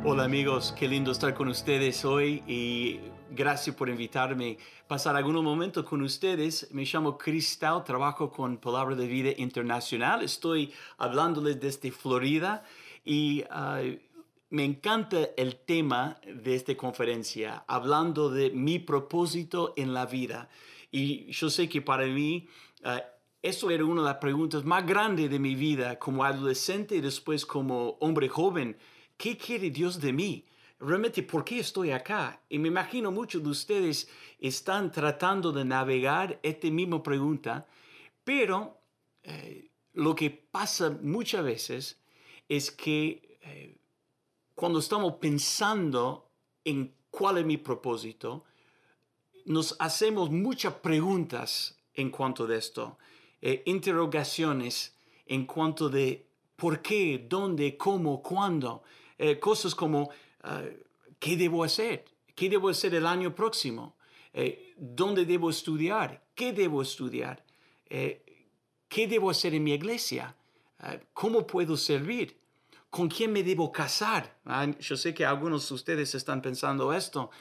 Hola amigos, qué lindo estar con ustedes hoy y gracias por invitarme a pasar algunos momentos con ustedes. Me llamo Cristal, trabajo con Palabra de Vida Internacional. Estoy hablándoles desde Florida y me encanta el tema de esta conferencia, hablando de mi propósito en la vida. Y yo sé que para mí eso era una de las preguntas más grandes de mi vida como adolescente y después como hombre joven. ¿Qué quiere Dios de mí? Realmente, ¿por qué estoy acá? Y me imagino muchos de ustedes están tratando de navegar esta misma pregunta, pero lo que pasa muchas veces es que cuando estamos pensando en cuál es mi propósito, nos hacemos muchas preguntas en cuanto de esto, interrogaciones en cuanto de por qué, dónde, cómo, cuándo, cosas como ¿qué debo hacer? ¿Qué debo hacer el año próximo? ¿Dónde debo estudiar? ¿Qué debo estudiar? ¿Qué debo hacer en mi iglesia? ¿Cómo puedo servir? ¿Con quién me debo casar? Yo sé que algunos de ustedes están pensando esto.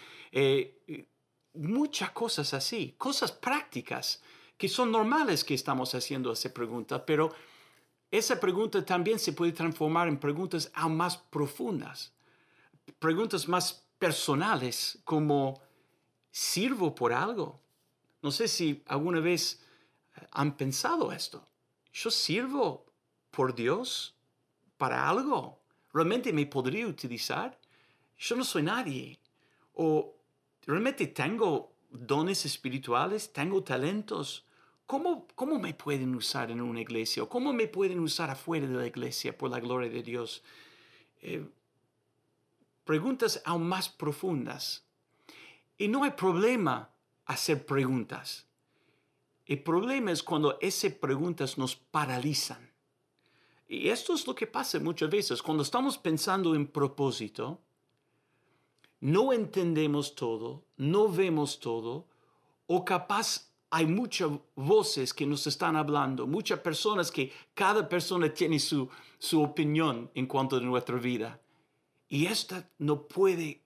Muchas cosas así, cosas prácticas que son normales que estamos haciendo esa pregunta, pero esa pregunta también se puede transformar en preguntas aún más profundas, preguntas más personales como ¿sirvo por algo? No sé si alguna vez han pensado esto. ¿Yo sirvo por Dios para algo? ¿Realmente me podría utilizar? Yo no soy nadie. ¿O realmente tengo dones espirituales? ¿Tengo talentos? ¿Cómo me pueden usar en una iglesia? ¿O cómo me pueden usar afuera de la iglesia por la gloria de Dios? Eh, Preguntas aún más profundas. Y no hay problema hacer preguntas. El problema es cuando esas preguntas nos paralizan. Y esto es lo que pasa muchas veces. Cuando estamos pensando en propósito, no entendemos todo, no vemos todo, o capaz hay muchas voces que nos están hablando, muchas personas que cada persona tiene su opinión en cuanto a nuestra vida. Y esta no puede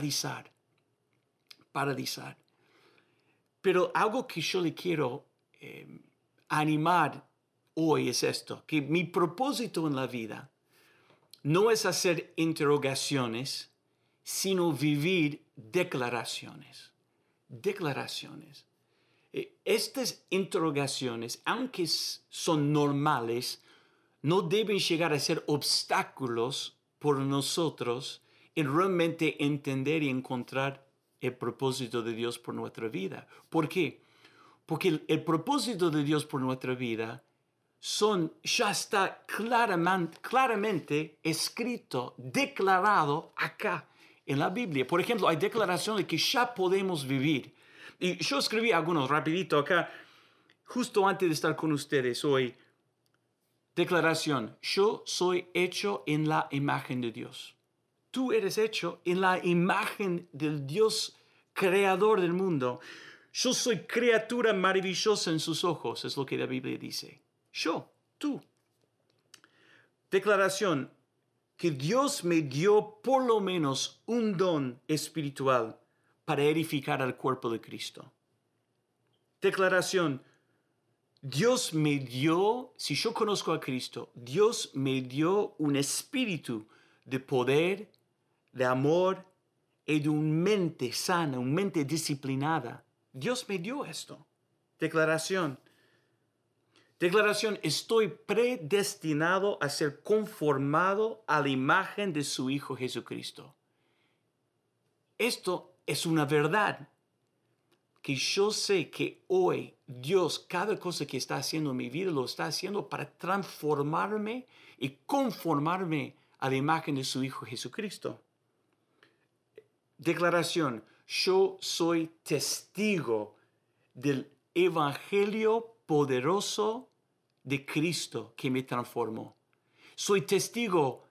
paralizar. Pero algo que yo le quiero animar hoy es esto, que mi propósito en la vida no es hacer interrogaciones, sino vivir declaraciones. Declaraciones. Estas interrogaciones, aunque son normales, no deben llegar a ser obstáculos por nosotros en realmente entender y encontrar el propósito de Dios por nuestra vida. ¿Por qué? Porque el propósito de Dios por nuestra vida ya está claramente escrito, declarado acá en la Biblia. Por ejemplo, hay declaraciones que ya podemos vivir. Y yo escribí algunos rapidito acá, justo antes de estar con ustedes hoy. Declaración: yo soy hecho en la imagen de Dios. Tú eres hecho en la imagen del Dios creador del mundo. Yo soy criatura maravillosa en sus ojos, es lo que la Biblia dice. Tú. Declaración: que Dios me dio por lo menos un don espiritual para edificar al cuerpo de Cristo. Declaración: Dios me dio, si yo conozco a Cristo, Dios me dio un espíritu de poder, de amor y de una mente sana, una mente disciplinada. Dios me dio esto. Declaración: estoy predestinado a ser conformado a la imagen de su Hijo Jesucristo. Esto es una verdad que yo sé que hoy Dios, cada cosa que está haciendo en mi vida, lo está haciendo para transformarme y conformarme a la imagen de su Hijo Jesucristo. Declaración: yo soy testigo del evangelio poderoso de Cristo que me transformó. Soy testigo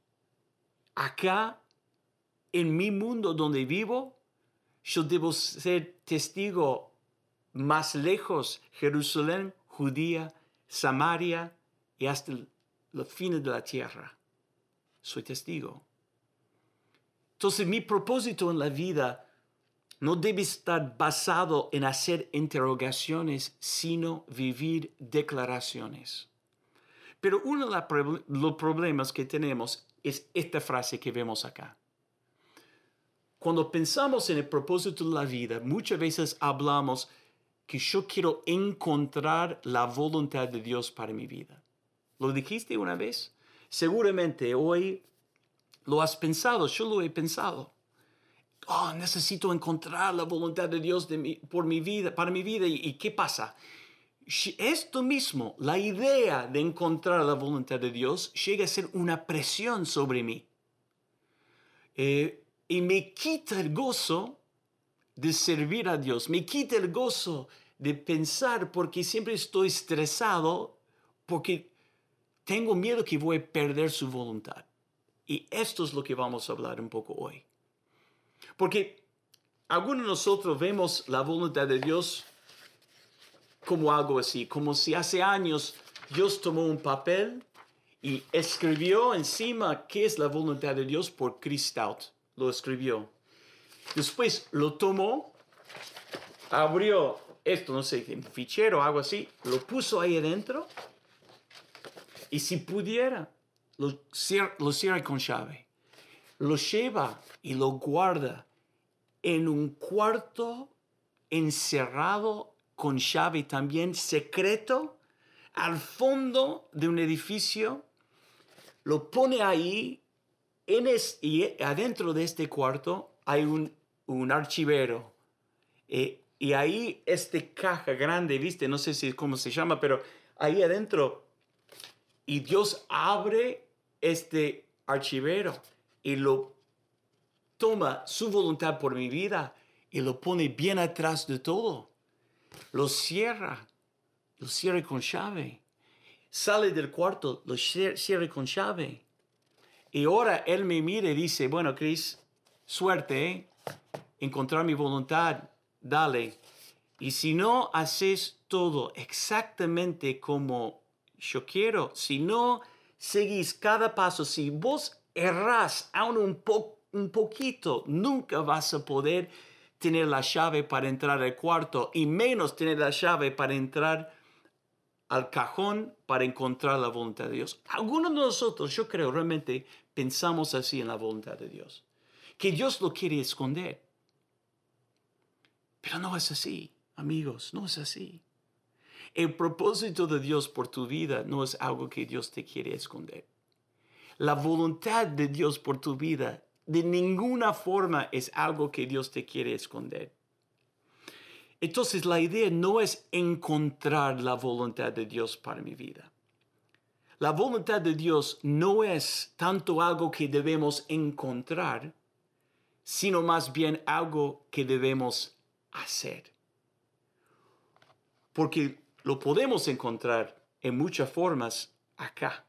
acá en mi mundo donde vivo. Yo debo ser testigo más lejos: Jerusalén, Judía, Samaria y hasta los fines de la tierra. Soy testigo. Entonces, mi propósito en la vida no debe estar basado en hacer interrogaciones, sino vivir declaraciones. Pero uno de los problemas que tenemos es esta frase que vemos acá. Cuando pensamos en el propósito de la vida, muchas veces hablamos que yo quiero encontrar la voluntad de Dios para mi vida. ¿Lo dijiste una vez? Seguramente hoy lo has pensado, yo lo he pensado. Oh, necesito encontrar la voluntad de Dios para mi vida. ¿Y qué pasa? Esto mismo, la idea de encontrar la voluntad de Dios, llega a ser una presión sobre mí. Y me quita el gozo de servir a Dios. Me quita el gozo de pensar porque siempre estoy estresado porque tengo miedo que voy a perder su voluntad. Y esto es lo que vamos a hablar un poco hoy. Porque algunos de nosotros vemos la voluntad de Dios como algo así, como si hace años Dios tomó un papel y escribió encima qué es la voluntad de Dios por Chris Stout. Lo escribió. Después lo tomó, abrió esto, no sé, un fichero o algo así, lo puso ahí adentro y si pudiera, lo cierra con llave. Lo lleva y lo guarda en un cuarto encerrado con llave también secreto al fondo de un edificio. Lo pone ahí y adentro de este cuarto hay un archivero. Y ahí caja grande, ¿viste? No sé cómo se llama, pero ahí adentro. Y Dios abre este archivero y lo toma su voluntad por mi vida y lo pone bien atrás de todo. Lo cierra con llave. Sale del cuarto, lo cierra con llave. Y ahora Él me mira y dice, bueno, Chris, suerte, ¿eh? Encontrar mi voluntad, dale. Y si no haces todo exactamente como yo quiero, si no seguís cada paso, si vos errás aún un poquito, nunca vas a poder tener la llave para entrar al cuarto y menos tener la llave para entrar al cajón para encontrar la voluntad de Dios. Algunos de nosotros, yo creo, realmente pensamos así en la voluntad de Dios, que Dios lo quiere esconder. Pero no es así, amigos, no es así. El propósito de Dios por tu vida no es algo que Dios te quiere esconder. La voluntad de Dios por tu vida de ninguna forma es algo que Dios te quiere esconder. Entonces la idea no es encontrar la voluntad de Dios para mi vida. La voluntad de Dios no es tanto algo que debemos encontrar, sino más bien algo que debemos hacer. Porque lo podemos encontrar en muchas formas acá.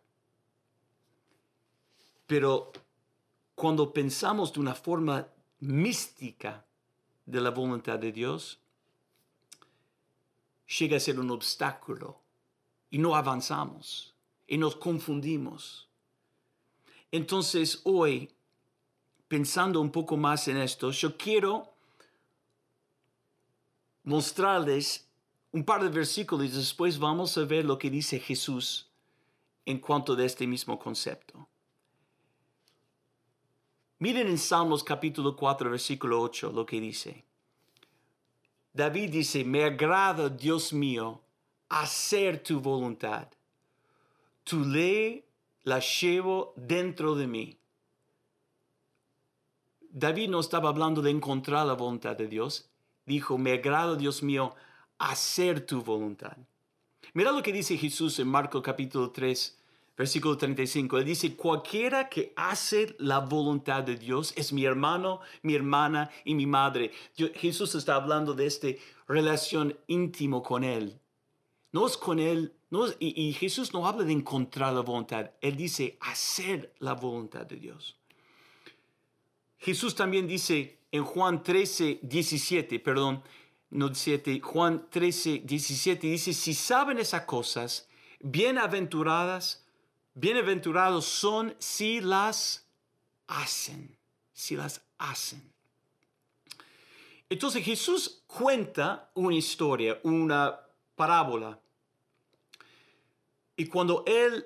Pero cuando pensamos de una forma mística de la voluntad de Dios, llega a ser un obstáculo y no avanzamos y nos confundimos. Entonces hoy, pensando un poco más en esto, yo quiero mostrarles un par de versículos y después vamos a ver lo que dice Jesús en cuanto a este mismo concepto. Miren en Salmos capítulo 4, versículo 8, lo que dice. David dice, me agrada, Dios mío, hacer tu voluntad. Tu ley la llevo dentro de mí. David no estaba hablando de encontrar la voluntad de Dios. Dijo, me agrada, Dios mío, hacer tu voluntad. Mira lo que dice Jesús en Marcos capítulo 3, versículo 35. Él dice, cualquiera que hace la voluntad de Dios es mi hermano, mi hermana y mi madre. Jesús está hablando de esta relación íntimo con Él. No es con Él, y Jesús no habla de encontrar la voluntad. Él dice hacer la voluntad de Dios. Jesús también dice en Juan 13, 17, Juan 13, 17, dice, si saben esas cosas, bienaventurados son si las hacen. si las hacen. Entonces Jesús cuenta una historia, una parábola. Y cuando Él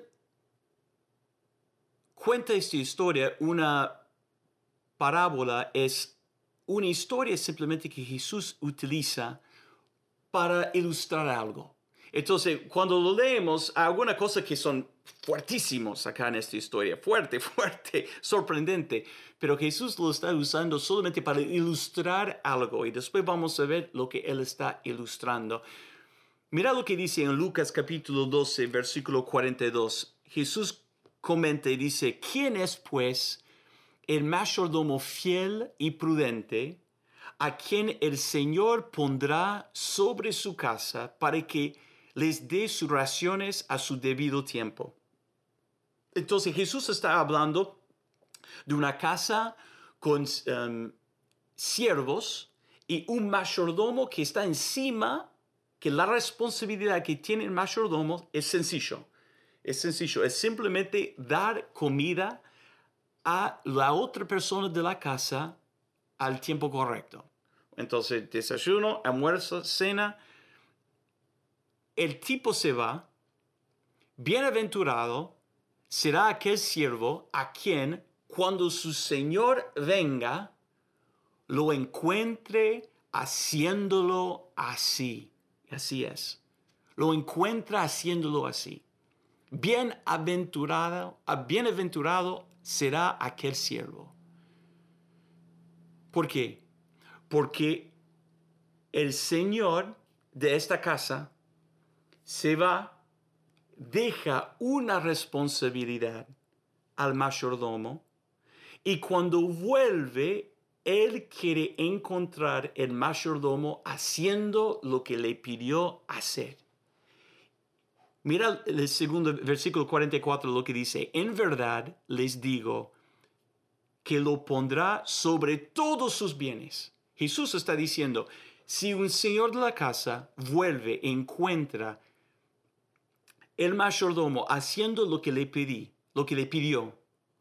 cuenta esta historia, una parábola es una historia simplemente que Jesús utiliza para ilustrar algo. Entonces, cuando lo leemos, hay algunas cosas que son fuertísimos acá en esta historia. Fuerte, sorprendente. Pero Jesús lo está usando solamente para ilustrar algo. Y después vamos a ver lo que Él está ilustrando. Mira lo que dice en Lucas capítulo 12, versículo 42. Jesús comenta y dice, ¿quién es pues el mayordomo fiel y prudente a quien el Señor pondrá sobre su casa para que les dé sus raciones a su debido tiempo? Entonces Jesús está hablando de una casa con siervos y un mayordomo que está encima, que la responsabilidad que tiene el mayordomo es sencillo. Es sencillo, es simplemente dar comida a la otra persona de la casa al tiempo correcto. Entonces, desayuno, almuerzo, cena. El tipo se va. Bienaventurado será aquel siervo a quien, cuando su señor venga, lo encuentre haciéndolo así. Así es. Lo encuentra haciéndolo así. Bienaventurado será aquel siervo. ¿Por qué? Porque el Señor de esta casa se va, deja una responsabilidad al mayordomo y cuando vuelve, él quiere encontrar el mayordomo haciendo lo que le pidió hacer. Mira el segundo versículo 44 lo que dice, en verdad les digo que lo pondrá sobre todos sus bienes. Jesús está diciendo, si un señor de la casa vuelve e encuentra el mayordomo haciendo lo que le pidió,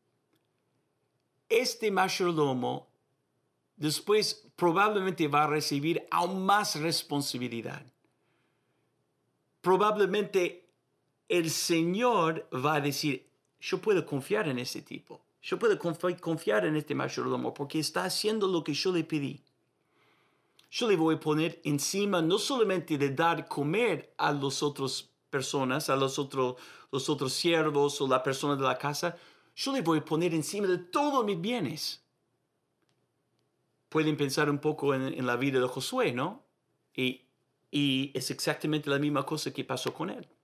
este mayordomo después probablemente va a recibir aún más responsabilidad. Probablemente el Señor va a decir, yo puedo confiar en ese tipo. Yo puedo confiar en este mayordomo porque está haciendo lo que yo le pedí. Yo le voy a poner encima no solamente de dar comer a las otras personas, a los otros siervos o la persona de la casa, yo le voy a poner encima de todos mis bienes. Pueden pensar un poco en la vida de Josué, ¿no? Y es exactamente la misma cosa que pasó con él.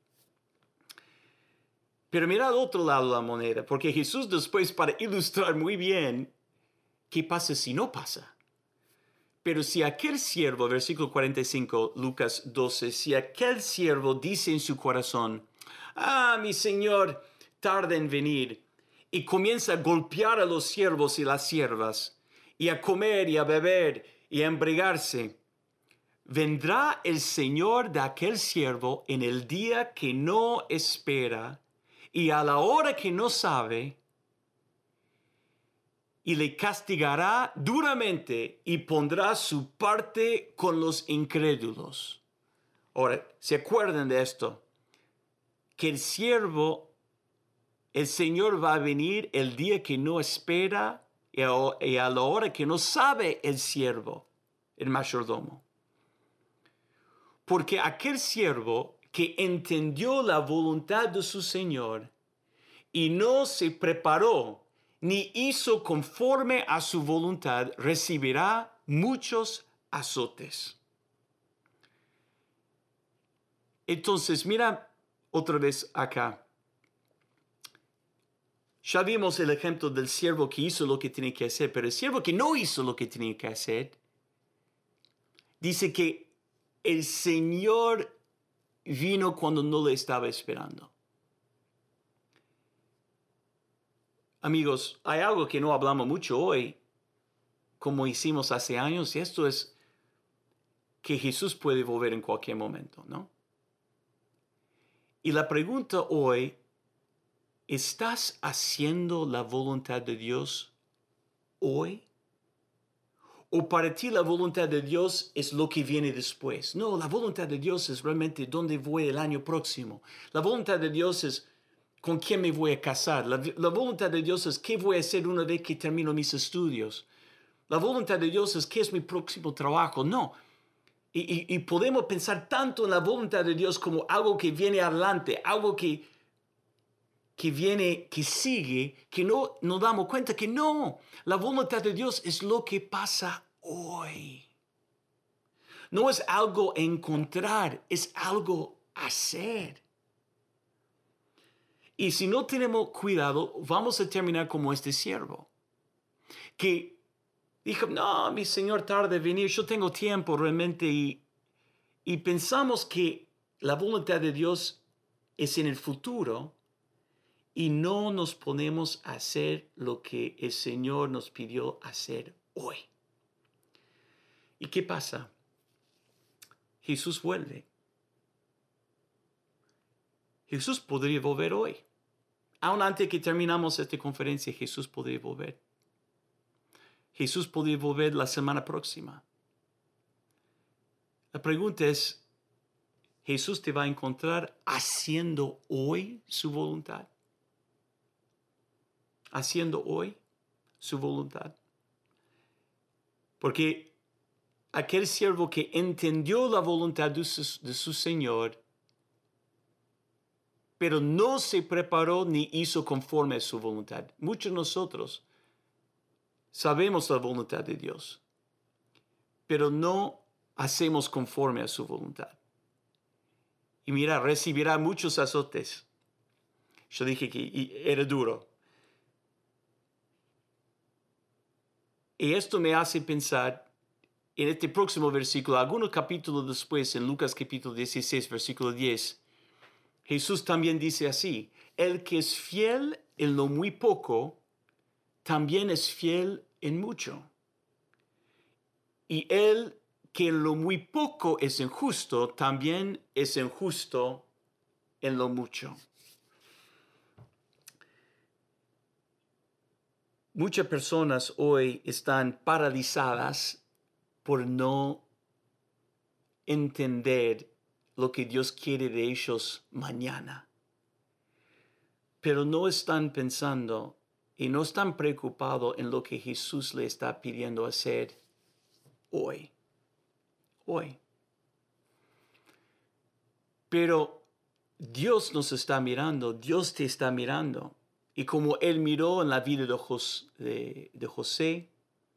Pero mira al otro lado de la moneda, porque Jesús después, para ilustrar muy bien qué pasa si no pasa. Pero si aquel siervo, versículo 45, Lucas 12, si aquel siervo dice en su corazón, mi señor tarda en venir, y comienza a golpear a los siervos y las siervas, y a comer y a beber y a embriagarse, vendrá el señor de aquel siervo en el día que no espera, y a la hora que no sabe, y le castigará duramente y pondrá su parte con los incrédulos. Ahora, ¿se acuerdan de esto? Que el Señor va a venir el día que no espera y a la hora que no sabe el siervo, el mayordomo. Porque aquel siervo que entendió la voluntad de su Señor y no se preparó ni hizo conforme a su voluntad, recibirá muchos azotes. Entonces, mira otra vez acá. Ya vimos el ejemplo del siervo que hizo lo que tenía que hacer, pero el siervo que no hizo lo que tenía que hacer, dice que el Señor vino cuando no le estaba esperando. Amigos, hay algo que no hablamos mucho hoy, como hicimos hace años, y esto es que Jesús puede volver en cualquier momento, ¿no? Y la pregunta hoy, ¿estás haciendo la voluntad de Dios hoy? ¿O para ti la voluntad de Dios es lo que viene después? No, la voluntad de Dios es realmente dónde voy el año próximo. La voluntad de Dios es con quién me voy a casar. La voluntad de Dios es qué voy a hacer una vez que termino mis estudios. La voluntad de Dios es qué es mi próximo trabajo. No. Y podemos pensar tanto en la voluntad de Dios como algo que viene adelante, algo que viene, que sigue, que no nos damos cuenta que no. La voluntad de Dios es lo que pasa hoy. No es algo a encontrar, es algo a hacer. Y si no tenemos cuidado, vamos a terminar como este siervo, que dijo, no, mi Señor tarde de venir, yo tengo tiempo realmente, y pensamos que la voluntad de Dios es en el futuro y no nos ponemos a hacer lo que el Señor nos pidió hacer hoy. ¿Y qué pasa? Jesús vuelve. Jesús podría volver hoy. Aún antes que terminamos esta conferencia, Jesús podría volver. Jesús podría volver la semana próxima. La pregunta es, ¿Jesús te va a encontrar haciendo hoy su voluntad? ¿Haciendo hoy su voluntad? Porque aquel siervo que entendió la voluntad de su Señor, pero no se preparó ni hizo conforme a su voluntad. Muchos de nosotros sabemos la voluntad de Dios, pero no hacemos conforme a su voluntad. Y mira, recibirá muchos azotes. Yo dije que era duro. Y esto me hace pensar en este próximo versículo, algunos capítulos después, en Lucas capítulo 16, versículo 10, Jesús también dice así: el que es fiel en lo muy poco, también es fiel en mucho. Y el que en lo muy poco es injusto, también es injusto en lo mucho. Muchas personas hoy están paralizadas por no entender lo que Dios quiere de ellos mañana. Pero no están pensando y no están preocupados en lo que Jesús le está pidiendo hacer hoy. Hoy. Pero Dios nos está mirando, Dios te está mirando. Y como Él miró en la vida de José,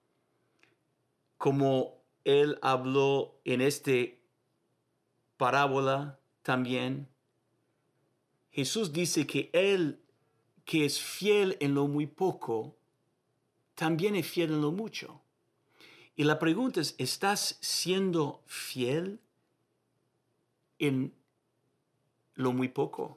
como Él habló en esta parábola también, Jesús dice que Él, que es fiel en lo muy poco, también es fiel en lo mucho. Y la pregunta es, ¿estás siendo fiel en lo muy poco?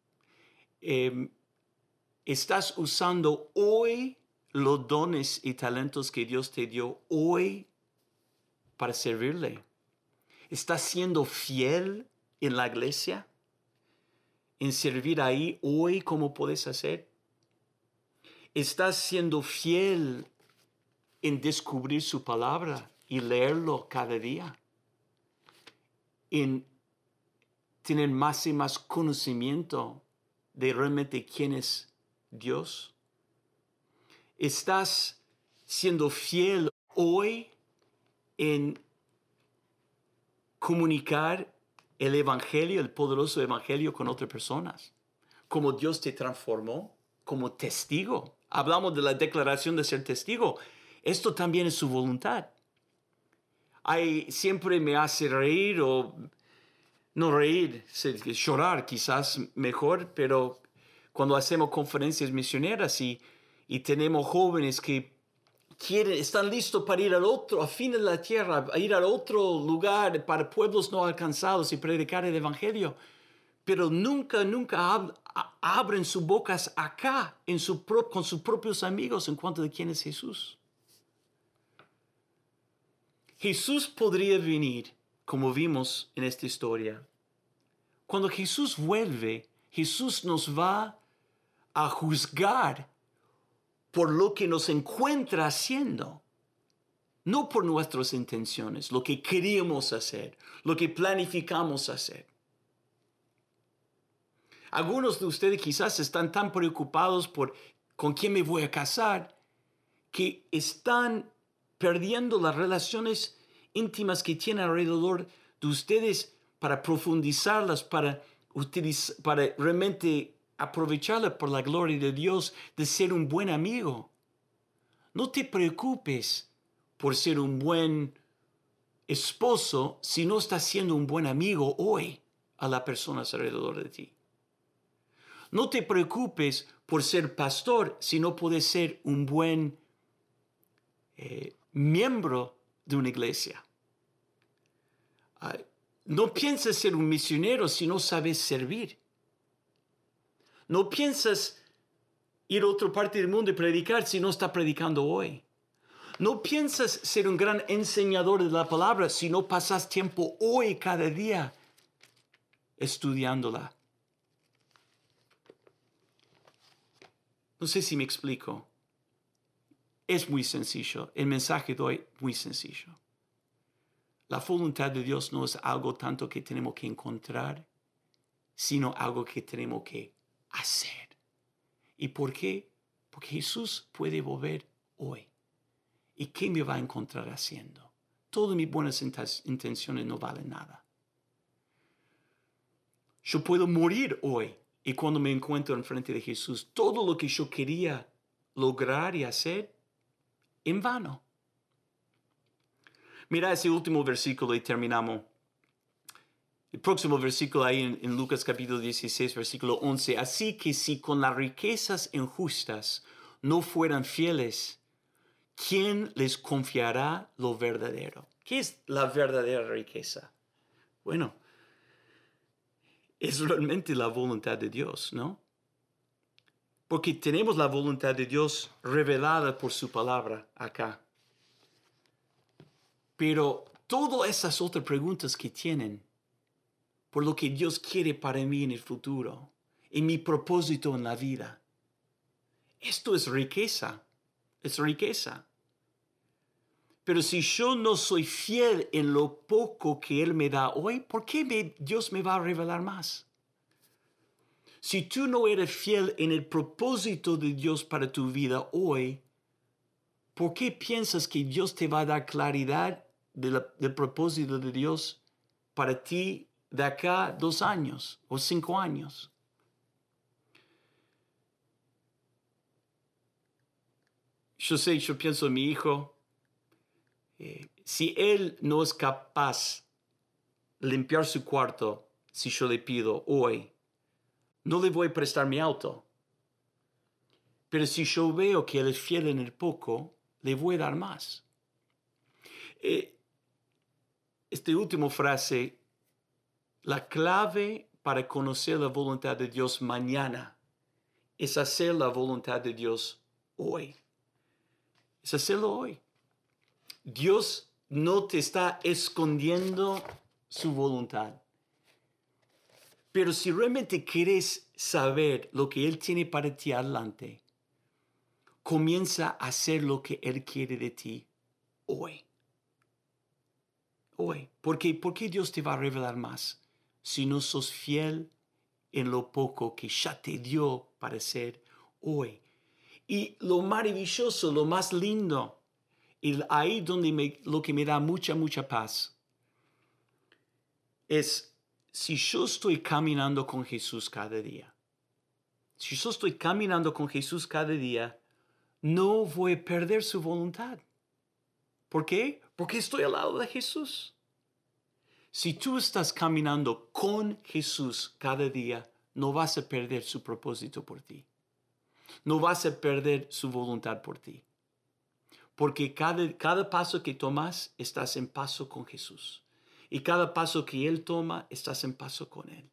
¿Estás usando hoy los dones y talentos que Dios te dio hoy para servirle? ¿Estás siendo fiel en la iglesia? ¿En servir ahí hoy como puedes hacer? ¿Estás siendo fiel en descubrir su palabra y leerlo cada día? ¿En tener más y más conocimiento de realmente quién es Dios? ¿Estás siendo fiel hoy en comunicar el evangelio, el poderoso evangelio con otras personas? Como Dios te transformó como testigo. Hablamos de la declaración de ser testigo. Esto también es su voluntad. Siempre me hace reír, o no reír, llorar quizás mejor, pero cuando hacemos conferencias misioneras y tenemos jóvenes que están listos para ir al fin de la tierra, a ir al otro lugar para pueblos no alcanzados y predicar el evangelio, pero nunca abren sus bocas acá con sus propios amigos en cuanto de quién es Jesús. Jesús podría venir, como vimos en esta historia. Cuando Jesús vuelve, Jesús nos va a juzgar por lo que nos encuentra haciendo, no por nuestras intenciones, lo que queríamos hacer, lo que planificamos hacer. Algunos de ustedes quizás están tan preocupados por con quién me voy a casar que están perdiendo las relaciones íntimas que tienen alrededor de ustedes para profundizarlas, para realmente aprovecharlas por la gloria de Dios, de ser un buen amigo. No te preocupes por ser un buen esposo si no estás siendo un buen amigo hoy a las personas alrededor de ti. No te preocupes por ser pastor si no puedes ser un buen miembro de una iglesia. No pienses ser un misionero si no sabes servir. No piensas ir a otra parte del mundo y predicar si no estás predicando hoy. No piensas ser un gran enseñador de la palabra si no pasas tiempo hoy cada día estudiándola. No sé si me explico. Es muy sencillo. El mensaje de hoy muy sencillo. La voluntad de Dios no es algo tanto que tenemos que encontrar, sino algo que tenemos que hacer. ¿Y por qué? Porque Jesús puede volver hoy. ¿Y qué me va a encontrar haciendo? Todas mis buenas intenciones no valen nada. Yo puedo morir hoy y cuando me encuentro enfrente de Jesús, todo lo que yo quería lograr y hacer, en vano. Mira ese último versículo y terminamos. El próximo versículo ahí en Lucas capítulo 16, versículo 11. Así que si con las riquezas injustas no fueran fieles, ¿quién les confiará lo verdadero? ¿Qué es la verdadera riqueza? Bueno, es realmente la voluntad de Dios, ¿no? Porque tenemos la voluntad de Dios revelada por su palabra acá. Pero todas esas otras preguntas que tienen, por lo que Dios quiere para mí en el futuro, en mi propósito en la vida, esto es riqueza, es riqueza. Pero si yo no soy fiel en lo poco que Él me da hoy, ¿por qué Dios me va a revelar más? Si tú no eres fiel en el propósito de Dios para tu vida hoy, ¿por qué piensas que Dios te va a dar claridad del propósito de Dios para ti de acá 2 años o 5 años? Yo pienso en mi hijo. Si él no es capaz de limpiar su cuarto, si yo le pido hoy, no le voy a prestar mi auto. Pero si yo veo que él es fiel en el poco, le voy a dar más. Esta última frase, la clave para conocer la voluntad de Dios mañana es hacer la voluntad de Dios hoy. Es hacerlo hoy. Dios no te está escondiendo su voluntad. Pero si realmente quieres saber lo que Él tiene para ti adelante, comienza a hacer lo que Él quiere de ti hoy. Hoy. ¿Por qué Dios te va a revelar más si no sos fiel en lo poco que ya te dio para hacer hoy? Y lo maravilloso, lo más lindo, y ahí donde lo que me da mucha paz, es si yo estoy caminando con Jesús cada día. Si yo estoy caminando con Jesús cada día, no voy a perder su voluntad. ¿Por qué? Porque estoy al lado de Jesús. Si tú estás caminando con Jesús cada día, no vas a perder su propósito por ti. No vas a perder su voluntad por ti. Porque cada paso que tomas, estás en paso con Jesús. Y cada paso que Él toma, estás en paso con Él.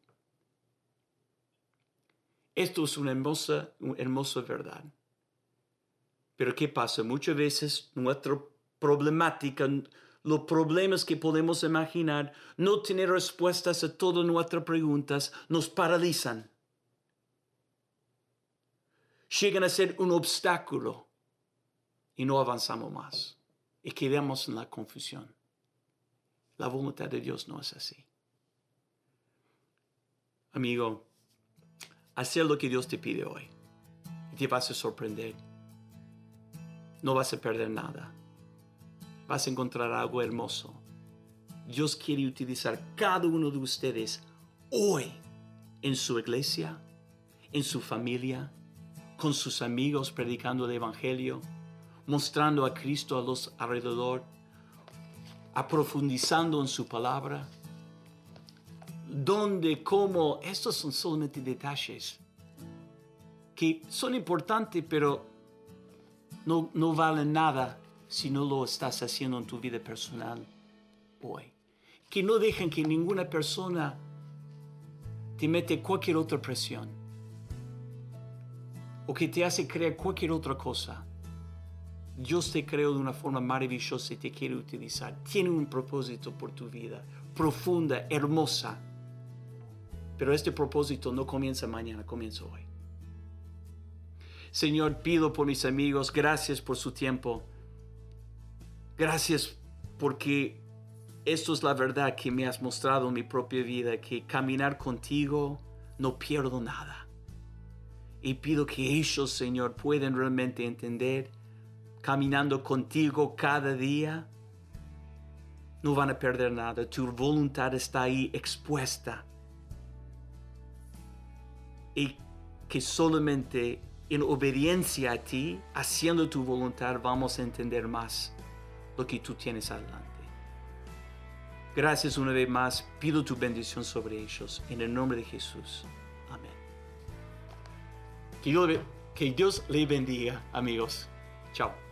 Esto es una hermosa verdad. Pero ¿qué pasa? Muchas veces nuestra problemática, los problemas que podemos imaginar, no tener respuestas a todas nuestras preguntas, nos paralizan. llegan a ser un obstáculo y no avanzamos más y quedamos en la confusión. La voluntad de Dios no es así. Amigo, hacer lo que Dios te pide hoy y te vas a sorprender. No vas a perder nada. Vas a encontrar algo hermoso. Dios quiere utilizar cada uno de ustedes hoy en su iglesia, en su familia, con sus amigos predicando el evangelio, mostrando a Cristo a los alrededor, aprofundizando en su palabra. Dónde, cómo, estos son solamente detalles que son importantes, pero no valen nada si no lo estás haciendo en tu vida personal hoy. Que no dejen que ninguna persona te mete cualquier otra presión o que te hace creer cualquier otra cosa. Dios te creó de una forma maravillosa y te quiere utilizar. Tiene un propósito por tu vida, profunda, hermosa. Pero este propósito no comienza mañana, comienza hoy. Señor, pido por mis amigos, gracias por su tiempo. Gracias porque esto es la verdad que me has mostrado en mi propia vida, que caminar contigo no pierdo nada. Y pido que ellos, Señor, puedan realmente entender, caminando contigo cada día, no van a perder nada. Tu voluntad está ahí expuesta. Y que solamente en obediencia a ti, haciendo tu voluntad, vamos a entender más lo que tú tienes adelante. Gracias una vez más. Pido tu bendición sobre ellos. En el nombre de Jesús. Amén. Que Dios le bendiga, amigos. Chao.